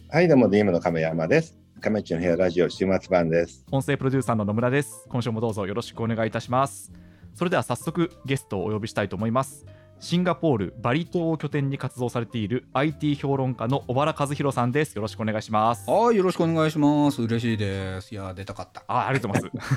はい、どうも DM の亀山です。亀っちの部屋ラジオ週末版です。 音声プロデューサーの野村です。今週もどうぞよろしくお願いいたします。それでは早速ゲストをお呼びしたいと思います。シンガポールバリ島を拠点に活動されている IT 評論家の小原和弘さんです。よろしくお願いします。 はい、よろしくお願いします。嬉しいです。いや、出たかった。 ありがとうございます。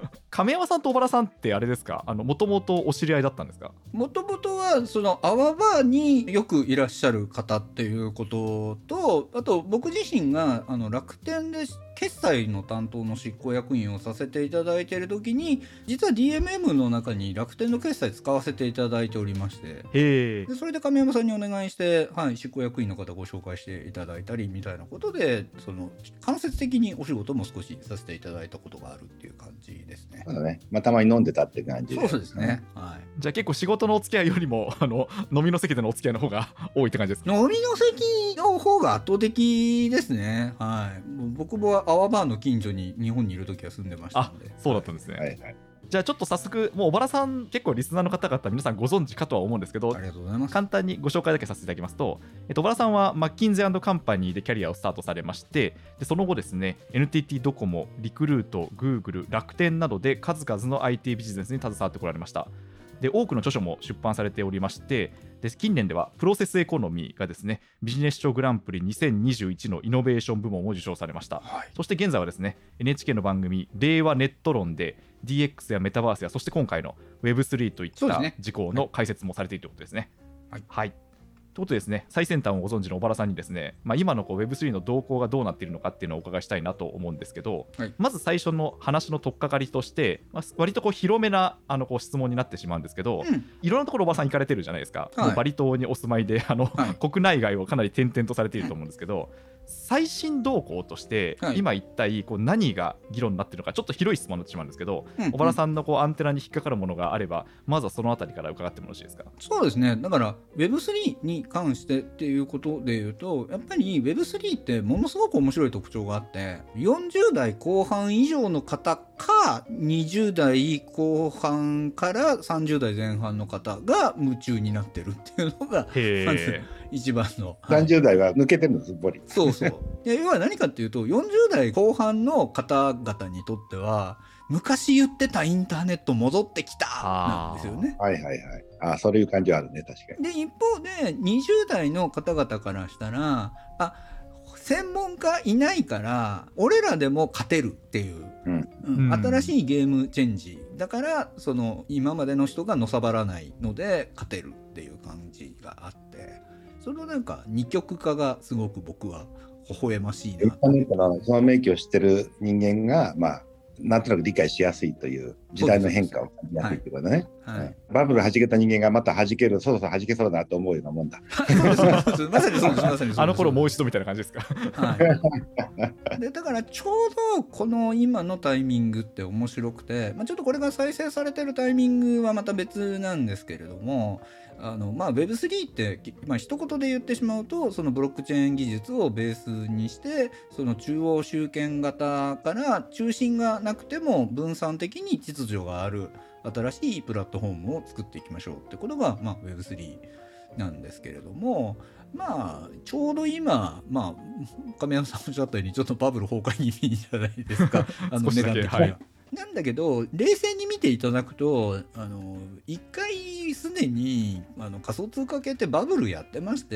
亀山さんと小原さんってあれですか、もともとお知り合いだったんですか？ もともとはそのアワバーによくいらっしゃる方っていうことと、あと僕自身が楽天で決済の担当の執行役員をさせていただいている時に、実は DMM の中に楽天の決済使わせていただいておりまして、 へでそれで亀山さんにお願いして、執行役員の方ご紹介していただいたりみたいなことで、その間接的にお仕事も少しさせていただいたことがあるっていう感じですね。 そうだね。たまに飲んでたって感じで。 そうですね。 じゃあ結構仕事のお付き合いよりも飲みの席でのお付き合いの方が多いって感じですか？ 飲みの席の方が圧倒的ですね。僕もアワバーの近所に日本にいる時は住んでましたので。 そうだったんですね。じゃあちょっと早速、もう小原さん結構リスナーの方々皆さんご存知かとは思うんですけど、 ありがとうございます。 簡単にご紹介だけさせていただきますと、小原さんはマッキンゼー&カンパニーでキャリアをスタートされまして、でその後ですね NTT ドコモ、リクルート、グーグル、楽天などで数々の IT ビジネスに携わってこられました。で多くの著書も出版されておりまして、で近年ではプロセスエコノミーがですねビジネス書グランプリ2021のイノベーション部門を受賞されました。そして現在はですね NHK の番組令和ネット論で DX やメタバースやそして今回の Web3 といった事項の解説もされているということですね。はいということでですね、最先端をご存知の小原さんにですね、今のWeb3 の動向がどうなっているのかっていうのをお伺いしたいなと思うんですけど、まず最初の話の取っかかりとして、割と広めな質問になってしまうんですけど、いろんなところ小原さん行かれてるじゃないですか。もうバリ島にお住まいで国内外をかなり転々とされていると思うんですけど、最新動向として、今一体何が議論になっているのか、ちょっと広い質問になってしまうんですけど、小原さんのアンテナに引っかかるものがあれば、まずはそのあたりから伺ってもよろしいですか？ そうですね。だから Web3 に関してっていうことでいうと、やっぱり Web3 ってものすごく面白い特徴があって、40代後半以上の方か20代後半から30代前半の方が夢中になってるっていうのがまず一番の、 30代は抜けてるんです、ボリ。 そうで要は何かっていうと、40代後半の方々にとっては昔言ってたインターネット戻ってきたなんですよね。 そういう感じはあるね、確かに。 で一方で20代の方々からしたら、専門家いないから俺らでも勝てるっていう、新しいゲームチェンジだから、その今までの人がのさばらないので勝てるっていう感じがあって、そのなんか二極化がすごく僕は微笑ましいな。 インターネットのその名機を知ってる人間がなんとなく理解しやすいという時代の変化を感じやすいってことね。バブル弾けた人間がまた弾ける、そろそろ弾けそうだと思うようなもんだ。 まさにそうです、まさにあの頃もう一度みたいな感じですか？ でだからちょうどこの今のタイミングって面白くて、ちょっとこれが再生されてるタイミングはまた別なんですけれども、Web3 って、一言で言ってしまうと、そのブロックチェーン技術をベースにして、その中央集権型から中心がなくても分散的に秩序がある新しいプラットフォームを作っていきましょうってことが、Web3 なんですけれども、ちょうど今、亀山さんおっしゃったようにちょっとバブル崩壊気味じゃないですか。 少しだけなんだけど冷静に見ていただくと、一回すでに仮想通貨系ってバブルやってまして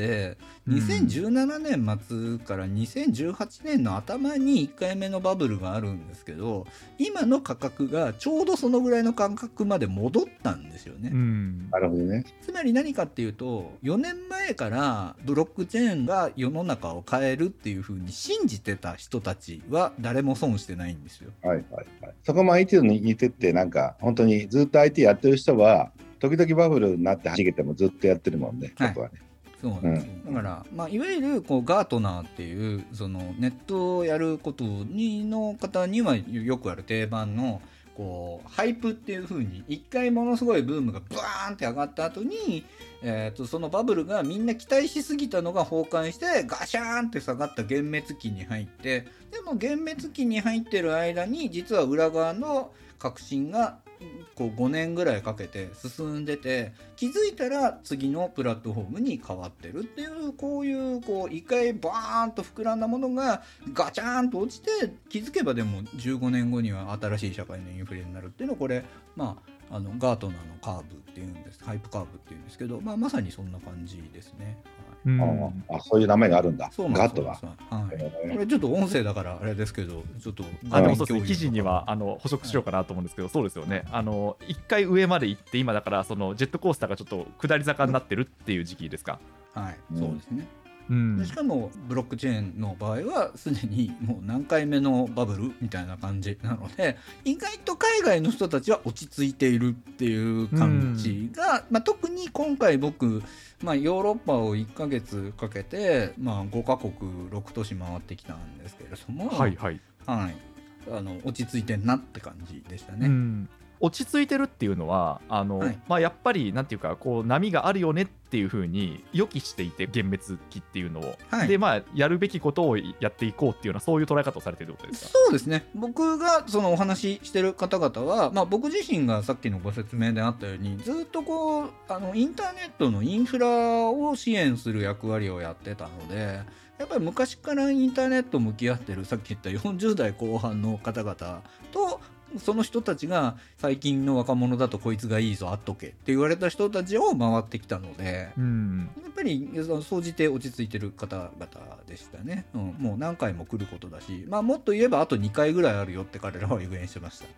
、2017年末から2018年の頭に1回目のバブルがあるんですけど、今の価格がちょうどそのぐらいの価格まで戻ったんですよね。 なるほどね。 つまり何かっていうと、4年前からブロックチェーンが世の中を変えるっていう風に信じてた人たちは誰も損してないんですよ。 そこも IT と似てて、なんか本当にずっと IT やってる人は時々バブルになって弾けてもずっとやってるもんね。 そうなんですよ。だから、いわゆるガートナーっていうそのネットをやることの方にはよくある定番のハイプっていう風に、一回ものすごいブームがブワーンって上がった後に、そのバブルがみんな期待しすぎたのが崩壊してガシャーンって下がった幻滅期に入って、でも幻滅期に入ってる間に実は裏側の革新がこう5年ぐらいかけて進んでて、気づいたら次のプラットフォームに変わってるっていう、こういう一回バーンと膨らんだものがガチャーンと落ちて、気づけばでも15年後には新しい社会のインフレになるっていうのは、これガートナーのカーブっていうんです、ハイプカーブっていうんですけど、まさにそんな感じですね。 そういう名前があるんだ。 そうなんです。ガートは、これちょっと音声だからあれですけど、ちょっとでもそうですね、記事には補足しようかなと思うんですけど、そうですよね。一回上まで行って、今だからそのジェットコースターがちょっと下り坂になってるっていう時期ですか。 はい、そうですね。でしかもブロックチェーンの場合はすでにもう何回目のバブルみたいな感じなので、意外と海外の人たちは落ち着いているっていう感じが、特に今回僕、ヨーロッパを1ヶ月かけて、5カ国6都市回ってきたんですけれども、落ち着いてんなって感じでしたね。 落ち着いてるっていうのはやっぱりなんていうか、こう波があるよねっていう風に予期していて、幻滅期っていうのを、でやるべきことをやっていこうっていうような、そういう捉え方をされているってことですか。 そうですね。僕がそのお話ししてる方々は、僕自身がさっきのご説明であったように、ずっとインターネットのインフラを支援する役割をやってたので、やっぱり昔からインターネット向き合ってる、さっき言った40代後半の方々と、その人たちが最近の若者だとこいつがいいぞあっとけって言われた人たちを回ってきたので、やっぱり総じて落ち着いてる方々でしたね。もう何回も来ることだし、もっと言えばあと2回ぐらいあるよって彼らは予言してました。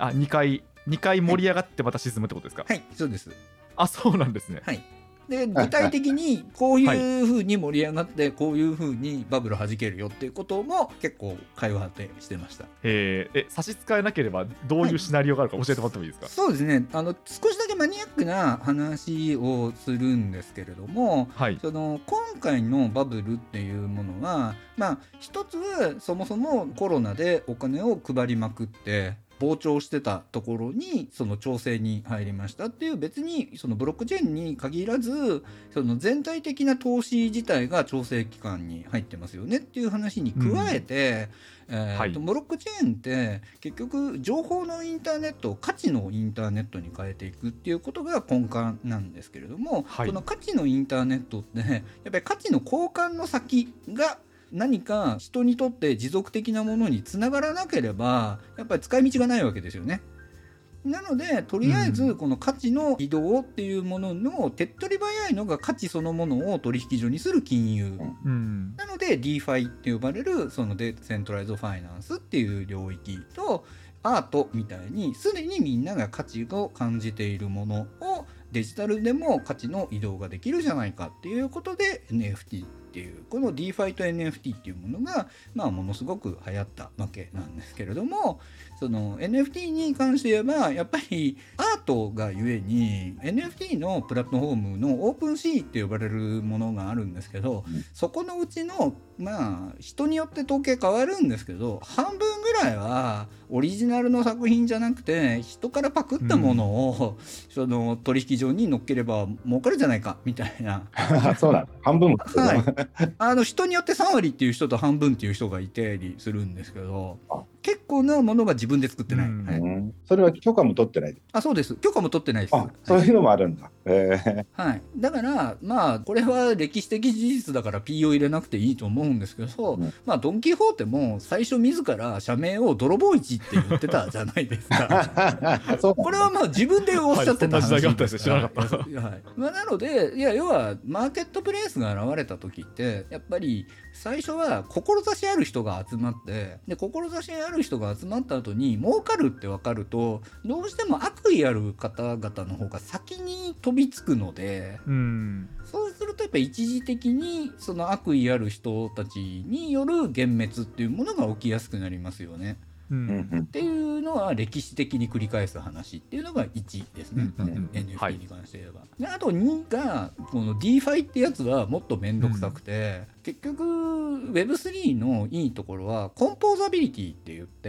2回盛り上がってまた沈むってことですか。 はい、そうです。 そうなんですね。 で具体的にこういう風に盛り上がってこういう風にバブル弾けるよっていうことも結構会話でしてました。 差し支えなければどういうシナリオがあるか教えてもらってもいいですか。 そうですね、少しだけマニアックな話をするんですけれども、今回のバブルっていうものは、一つはそもそもコロナでお金を配りまくって膨張してたところにその調整に入りましたっていう、別にそのブロックチェーンに限らずその全体的な投資自体が調整期間に入ってますよねっていう話に加えて、ブロックチェーンって結局情報のインターネットを価値のインターネットに変えていくっていうことが根幹なんですけれども、この価値のインターネットってやっぱり価値の交換の先が何か人にとって持続的なものにつながらなければやっぱり使い道がないわけですよね。なのでとりあえずこの価値の移動っていうものの手っ取り早いのが価値そのものを取引所にする金融、なので DeFi って呼ばれるそのデセントライズドファイナンスっていう領域とアートみたいにすでにみんなが価値を感じているものをデジタルでも価値の移動ができるじゃないかっていうことで NFTっていうこの DeFi と NFT っていうものがものすごく流行ったわけなんですけれども、その NFT に関して言えばやっぱりアートがゆえに NFT のプラットフォームのオープンシーって呼ばれるものがあるんですけど、そこのうちの人によって統計変わるんですけど、半分ぐらいはオリジナルの作品じゃなくて人からパクったものを、その取引所に乗っければ儲かるじゃないかみたいなそうだ、半分も人によって3割っていう人と半分っていう人がいたりするんですけど、結構なものが自分で作ってない、 それは許可も取ってない。 そうです、許可も取ってないです。 そういうのもあるんだ。 だからこれは歴史的事実だから P を入れなくていいと思うんですけど、ドン・キホーテも最初自ら社名を泥棒市って言ってたじゃないですかこれは自分でおっしゃってた話ですから、なので要はマーケットプレイスが現れた時ってやっぱり最初は志ある人が集まって、で志ある人が集まった後に儲かるって分かるとどうしても悪意ある方々の方が先に飛びつくので、そうするとやっぱり一時的にその悪意ある人たちによる幻滅っていうものが起きやすくなりますよね。っていうのは歴史的に繰り返す話っていうのが1ですね、NFT に関して言えば。であと2がこの DeFi ってやつはもっとめんどくさくて、結局 Web3 のいいところはコンポーザビリティって言って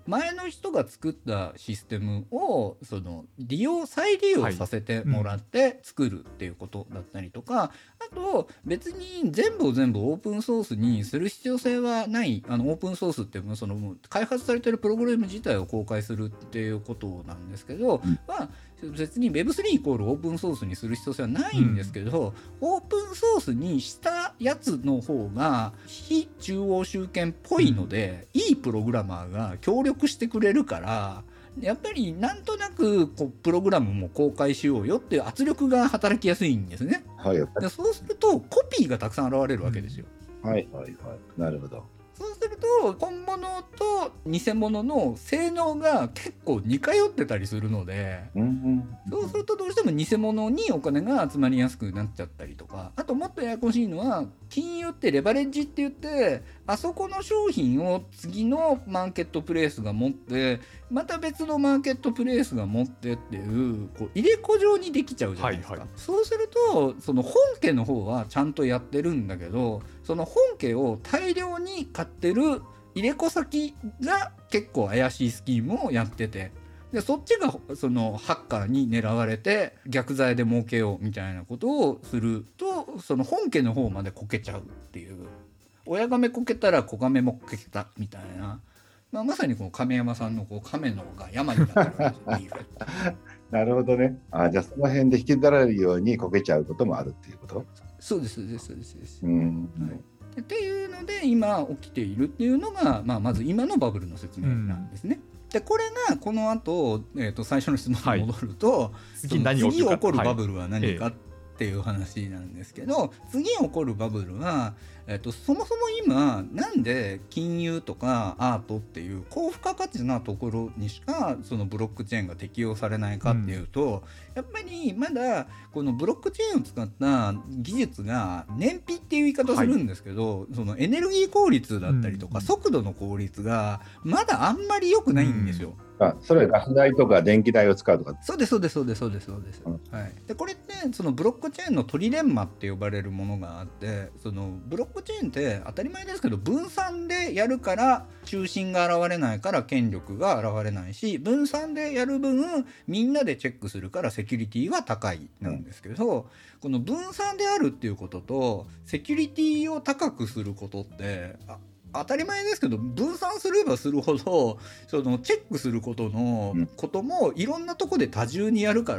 前の人が作ったシステムをその再利用させてもらって作るっていうことだったりとか、あと別に全部を全部オープンソースにする必要性はない。オープンソースってその開発されてるプログラム自体を公開するっていうことなんですけど、別に Web3 イコールオープンソースにする必要性はないんですけど、オープンソースにしたやつの方が非中央集権っぽいので、いいプログラマーが協力してくれるから、やっぱりなんとなくプログラムも公開しようよっていう圧力が働きやすいんですね。でそうするとコピーがたくさん現れるわけですよ。 なるほど。 そうすると本物と偽物の性能が結構似通ってたりするので、そうするとどうしても偽物にお金が集まりやすくなっちゃったりとか、あともっとややこしいのは金融ってレバレッジって言って、あそこの商品を次のマーケットプレイスが持ってまた別のマーケットプレイスが持ってっていう入れ子状にできちゃうじゃないですか。そうするとその本家の方はちゃんとやってるんだけど、その本家を大量に買ってる入れ子先が結構怪しいスキームをやってて、でそっちがそのハッカーに狙われて逆罪で儲けようみたいなことをすると、その本家の方までこけちゃうっていう、親亀こけたら子亀もこけたみたいな、まさにこの亀山さんの亀のが山になってるわけですよなるほどね。じゃあその辺で引きずられるようにこけちゃうこともあるっていうこと？ そうです。っていうので今起きているっていうのが、まず今のバブルの説明なんですね。でこれがこの後、最初の質問に戻ると、次起こるバブルは何かっていう話なんですけど、次起こるバブルは、そもそも今なんで金融とかアートっていう高付加価値なところにしかそのブロックチェーンが適用されないかっていうと、やっぱりまだこのブロックチェーンを使った技術が燃費っていう言い方するんですけど、そのエネルギー効率だったりとか速度の効率がまだあんまり良くないんですよ。 それはガス代とか電気代を使うとか。 そうです。でこれってそのブロックチェーンのトリレンマって呼ばれるものがあって、そのブロックチェーンって当たり前ですけど分散でやるから中心が現れないから権力が現れないし、分散でやる分みんなでチェックするからセキュリティは高いなんですけど、この分散であるっていうこととセキュリティを高くすることって当たり前ですけど分散すればするほどそのチェックすることのこともいろんなとこで多重にやるから、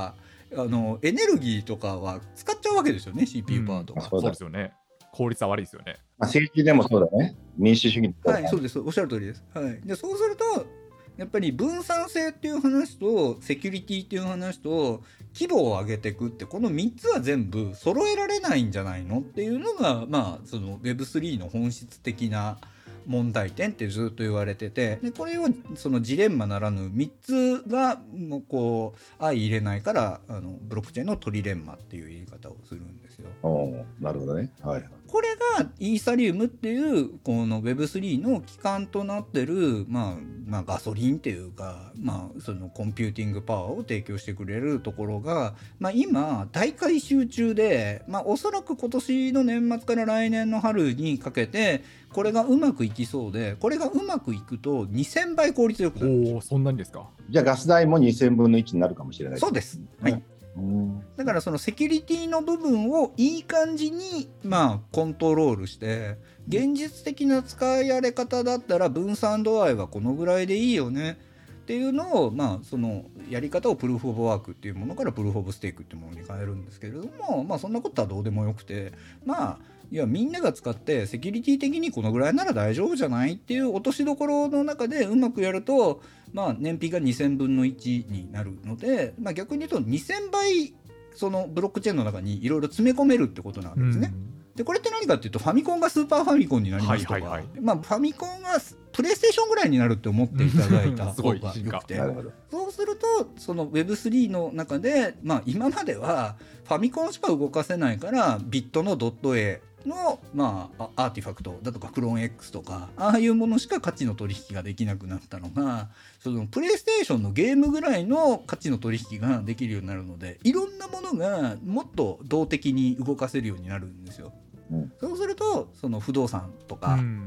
エネルギーとかは使っちゃうわけですよね、 CPU パワーとか。 そうですよね。効率は悪いですよね。 政治でもそうだね。民主主義。 そうです。おっしゃる通りです。でそうするとやっぱり分散性っていう話とセキュリティっていう話と規模を上げていくって、この3つは全部揃えられないんじゃないのっていうのが、その Web3 の本質的な問題点ってずっと言われてて、でこれをそのジレンマならぬ3つがもう相入れないからブロックチェーンのトリレンマっていう言い方をするんですよ。 なるほどね。 これがイーサリウムっていうこの Web3 の基幹となってる、ガソリンっていうか、そのコンピューティングパワーを提供してくれるところが、今大改修中で、おそらく今年の年末から来年の春にかけてこれがうまくいきそうで、これがうまくいくと2000倍効率よくなる。 そんなにですか？ じゃあガス代も2000分の1になるかもしれない。 そうです。だからそのセキュリティの部分をいい感じにコントロールして、現実的な使いやれ方だったら分散度合いはこのぐらいでいいよねっていうのを、そのやり方をプルーフ・オブ・ワークっていうものからプルーフ・オブ・ステークっていうものに変えるんですけれども、そんなことはどうでもよくて、いやみんなが使ってセキュリティ的にこのぐらいなら大丈夫じゃないっていう落としどころの中でうまくやると、燃費が2000分の1になるので、逆に言うと2000倍そのブロックチェーンの中にいろいろ詰め込めるってことなわけですね。でこれって何かっていうと、ファミコンがスーパーファミコンになりますとか、ファミコンがプレイステーションぐらいになるって思っていただいた方がよくてそうするとその Web3 の中で、今まではファミコンしか動かせないからビットのドット Aの、アーティファクトだとかクローン X とかああいうものしか価値の取引ができなくなったのが、そのプレイステーションのゲームぐらいの価値の取引ができるようになるので、いろんなものがもっと動的に動かせるようになるんですよ。そうするとその不動産とか、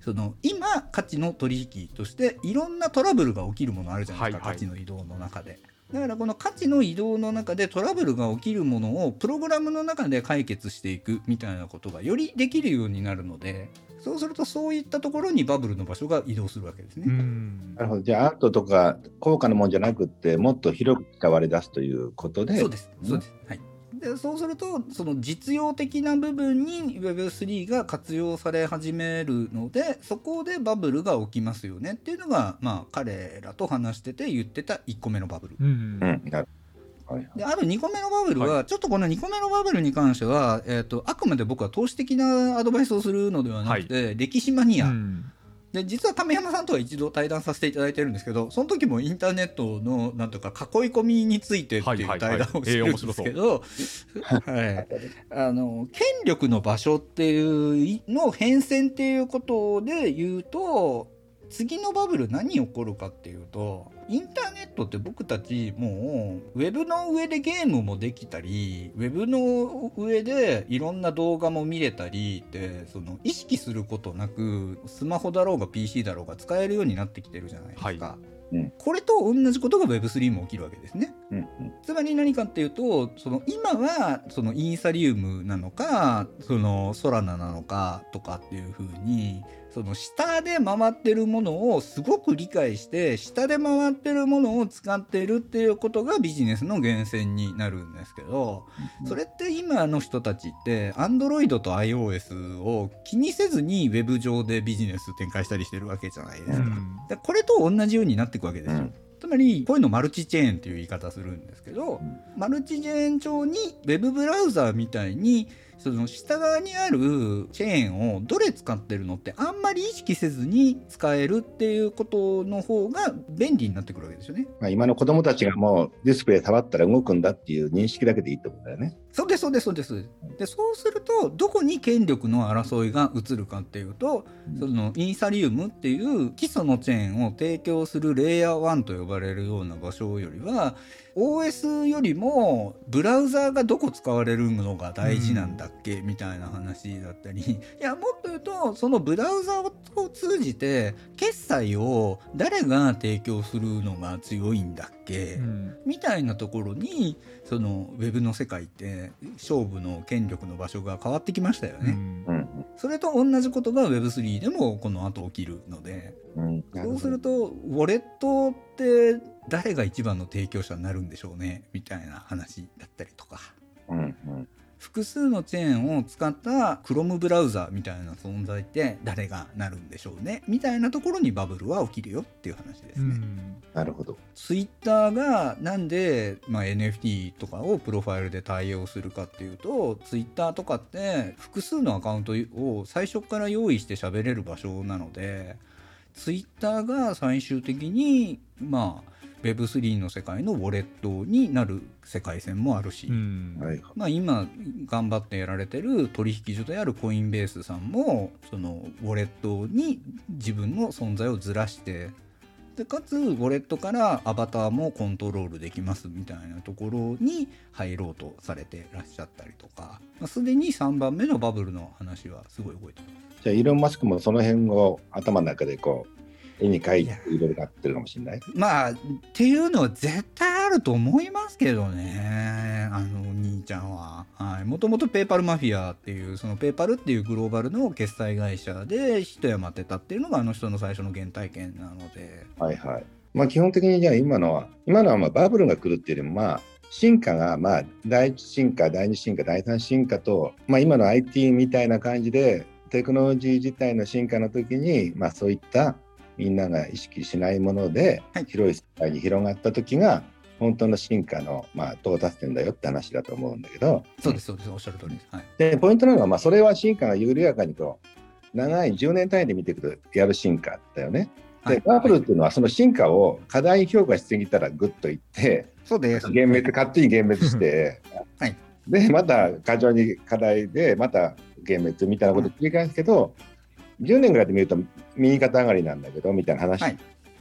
その今価値の取引としていろんなトラブルが起きるものあるじゃないですか、価値の移動の中で。だからこの価値の移動の中でトラブルが起きるものをプログラムの中で解決していくみたいなことがよりできるようになるので、そうするとそういったところにバブルの場所が移動するわけですね。 なるほど。じゃあアートとか高価なもんじゃなくってもっと広く使われ出すということで。 そうです、そうです、はい。でそうするとその実用的な部分に Web3 が活用され始めるので、そこでバブルが起きますよねっていうのが、まあ彼らと話してて言ってた1個目のバブル。である2個目のバブルは、ちょっとこの2個目のバブルに関しては、あくまで僕は投資的なアドバイスをするのではなくて、歴史マニア、で実は亀山さんとは一度対談させていただいてるんですけど、その時もインターネットのなんとか囲い込みについてっていう対談をしてるんですけど、権力の場所っていうの変遷っていうことで言うと、次のバブル何起こるかっていうと、インターネットって僕たちもうウェブの上でゲームもできたり、ウェブの上でいろんな動画も見れたりって、その意識することなくスマホだろうが PC だろうが使えるようになってきてるじゃないですか。これと同じことが Web3 も起きるわけですね。つまり何かっていうと、その今はそのイーサリウムなのかそのソラナなのかとかっていう風に、その下で回ってるものをすごく理解して、下で回ってるものを使ってるっていうことがビジネスの源泉になるんですけど、それって今の人たちって Android と iOS を気にせずにウェブ上でビジネス展開したりしてるわけじゃないですか。でこれと同じようになっていくわけですよ。つまりこういうのマルチチェーンっていう言い方するんですけど、マルチチェーン上にウェブブラウザーみたいにその下側にあるチェーンをどれ使ってるのってあんまり意識せずに使えるっていうことの方が便利になってくるわけですよね。 今の子どもたちがもうディスプレイ触ったら動くんだっていう認識だけでいいってことだよね。 そうですそうですそうです。でそうするとどこに権力の争いが移るかっていうと、そのイーサリウムっていう基礎のチェーンを提供するレイヤー1と呼ばれるような場所よりは、OS よりもブラウザーがどこ使われるのが大事なんだっけ、みたいな話だったり、いやもっと言うとそのブラウザーを通じて決済を誰が提供するのが強いんだっけ、みたいなところにそのウェブの世界って勝負の権力の場所が変わってきましたよね。それと同じことが Web3 でもこの後起きるので、そうするとウォレットって誰が一番の提供者になるんでしょうねみたいな話だったりとか、複数のチェーンを使った Chrome ブラウザみたいな存在って誰がなるんでしょうねみたいなところにバブルは起きるよっていう話ですね。 なるほど。 Twitter がなんで、NFT とかをプロファイルで対応するかっていうと、Twitter とかって複数のアカウントを最初から用意して喋れる場所なので、Twitter が最終的にWeb3 の世界のウォレットになる世界線もあるし、今頑張ってやられてる取引所であるコインベースさんもそのウォレットに自分の存在をずらして、でかつウォレットからアバターもコントロールできますみたいなところに入ろうとされてらっしゃったりとか、すでに3番目のバブルの話はすごい動いてます。 じゃあイーロン・マスクもその辺を頭の中でこう絵に描いていろいろやってるかもしれない。 っていうのは絶対あると思いますけどね、お兄ちゃんは。もともとペーパルマフィアっていう、そのペーパルっていうグローバルの決済会社で一山当てたっていうのがあの人の最初の原体験なので。 基本的にじゃあ今のはバブルが来るっていうよりも進化が第一進化第二進化第三進化と、今の IT みたいな感じでテクノロジー自体の進化の時に、そういったみんなが意識しないもので、広い世界に広がった時が本当の進化の、到達点だよって話だと思うんだけど。 そうですそうです、おっしゃる通りです。 でポイントなのは、それは進化が緩やかに長い10年単位で見ていくとやる進化だよね。でバブルっていうのはその進化を過大評価しすぎたらグッといって、 そうです勝手に幻滅してでまた過剰に課題でまた幻滅みたいなことを繰り返すけど、10年ぐらいで見ると右肩上がりなんだけどみたいな話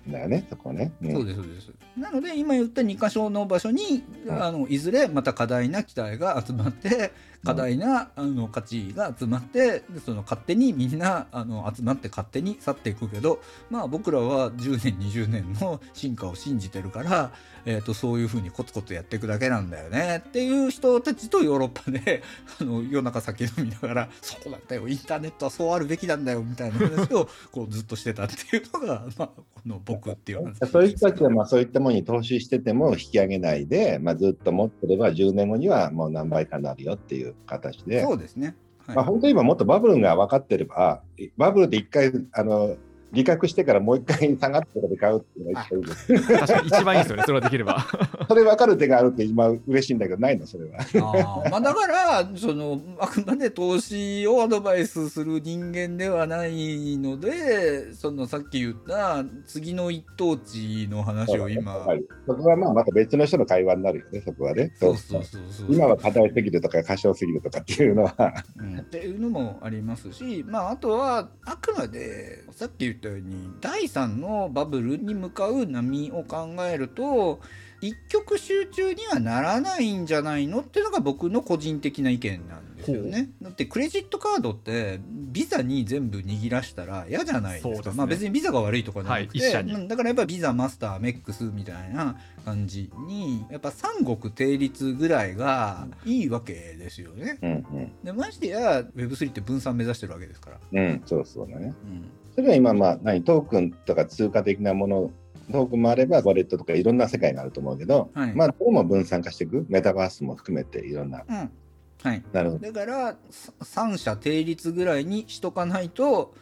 だよね、そこね。 そうですそうです。なので今言った2箇所の場所にいずれまた過大な期待が集まって過大な価値が集まってでその勝手にみんな集まって勝手に去っていくけど、まあ僕らは10年20年の進化を信じてるから、そういうふうにコツコツやっていくだけなんだよねっていう人たちとヨーロッパで夜中酒飲みながらそうなんだよインターネットはそうあるべきなんだよみたいな話をこうずっとしてたっていうのが、まあ、この僕っていう話。 そういう人たちはまあそういったものに投資してても引き上げないで、まあ、ずっと持ってれば10年後にはもう何倍かなるよっていう形で。 そうですね。はい、 まあ、本当に今もっとバブルが分かってれば、バブルで一回利確してからもう一回下がってからで買うっていうのが一番いいです。 確かに一番いいですよね、それはできれば。 それ分かる手があるって今嬉しいんだけど、ないの、それは。まあだからあくまで投資をアドバイスする人間ではないので、さっき言った次の一等地の話を今、 はい、そこはまあまた別の人の会話になるよね、そこはね。 そう今は硬いすぎるとか過小すぎるとかっていうのは、 っていうのもありますし、まああとはあくまでさっき言ったように第3のバブルに向かう波を考えると一極集中にはならないんじゃないのっていうのが僕の個人的な意見なんですよね。だってクレジットカードってビザに全部握らしたら嫌じゃないですか。まあ別にビザが悪いとかじゃなくて、だからやっぱビザマスターメックスみたいな感じにやっぱ三国定律ぐらいがいいわけですよね。でましてや Web3 って分散目指してるわけですから。 そうそうだね。それは今まあトークンとか通貨的なものトークンもあればウォレットとかいろんな世界があると思うけど、まあどうも分散化していくメタバースも含めていろんな、 はい、なるほど。だから三者定律ぐらいにしとかないと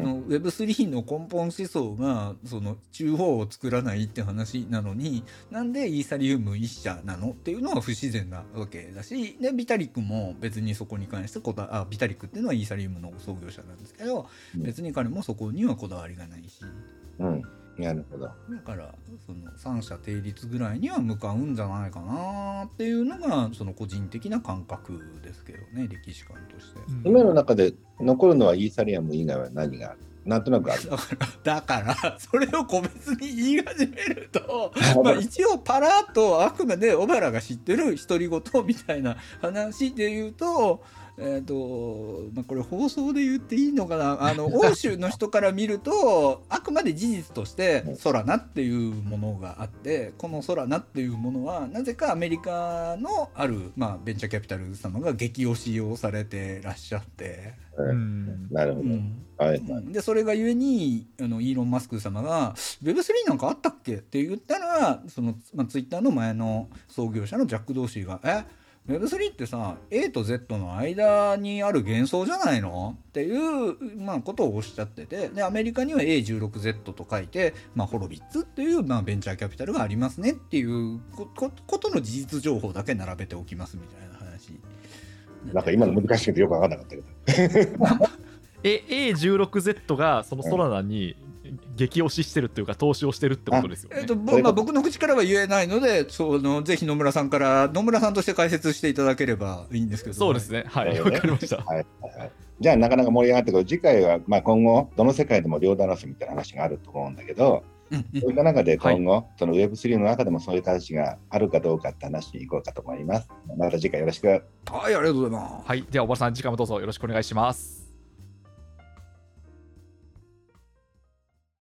Web3 の根本思想が中央を作らないって話なのになんでイーサリウム一社なのっていうのは不自然なわけだし、でビタリックも別にそこに関してビタリックっていうのはイーサリウムの創業者なんですけど、別に彼もそこにはこだわりがないし、 なるほど。 だから三者定律ぐらいには向かうんじゃないかなっていうのが個人的な感覚ですけどね、歴史観として。 今の中で残るのはイーサリアム以外は何がある？なんとなくある。 だからそれを個別に言い始めるとまあ一応パラッとあくまで小原が知ってる独り言みたいな話で言うとまあ、これ放送で言っていいのかな、欧州の人から見るとあくまで事実としてソラナっていうものがあって、このソラナっていうものはなぜかアメリカのある、まあ、ベンチャーキャピタル様が激推しをされてらっしゃって、 なるほど、 でそれがゆえにイーロン・マスク様が Web3 なんかあったっけって言ったらまあ、ツイッターの前の創業者のジャック・ドーシーがWeb3 ってさ A と Z の間にある幻想じゃないのっていう、まあ、ことをおっしゃってて、でアメリカには A16Z と書いて、まあ、ホロビッツっていう、まあ、ベンチャーキャピタルがありますねっていうことの事実情報だけ並べておきますみたいな話。 なんか今の難しくてよく分かんなかったけど A16Z がそのソラナに激推ししてるっていうか投資をしてるってことですよね。 まあ、僕の口からは言えないのでぜひ野村さんとして解説していただければいいんですけど。 そうですね、はいわかりました、 じゃあなかなか盛り上がってくる。次回は、まあ、今後どの世界でも領土争いみたいな話があると思うんだけど、そういった中で今後、Web3 の中でもそういう形があるかどうかって話に行こうかと思います。また次回よろしく。 はい、ありがとうございます。 はい、では小原さん次回もどうぞよろしくお願いします。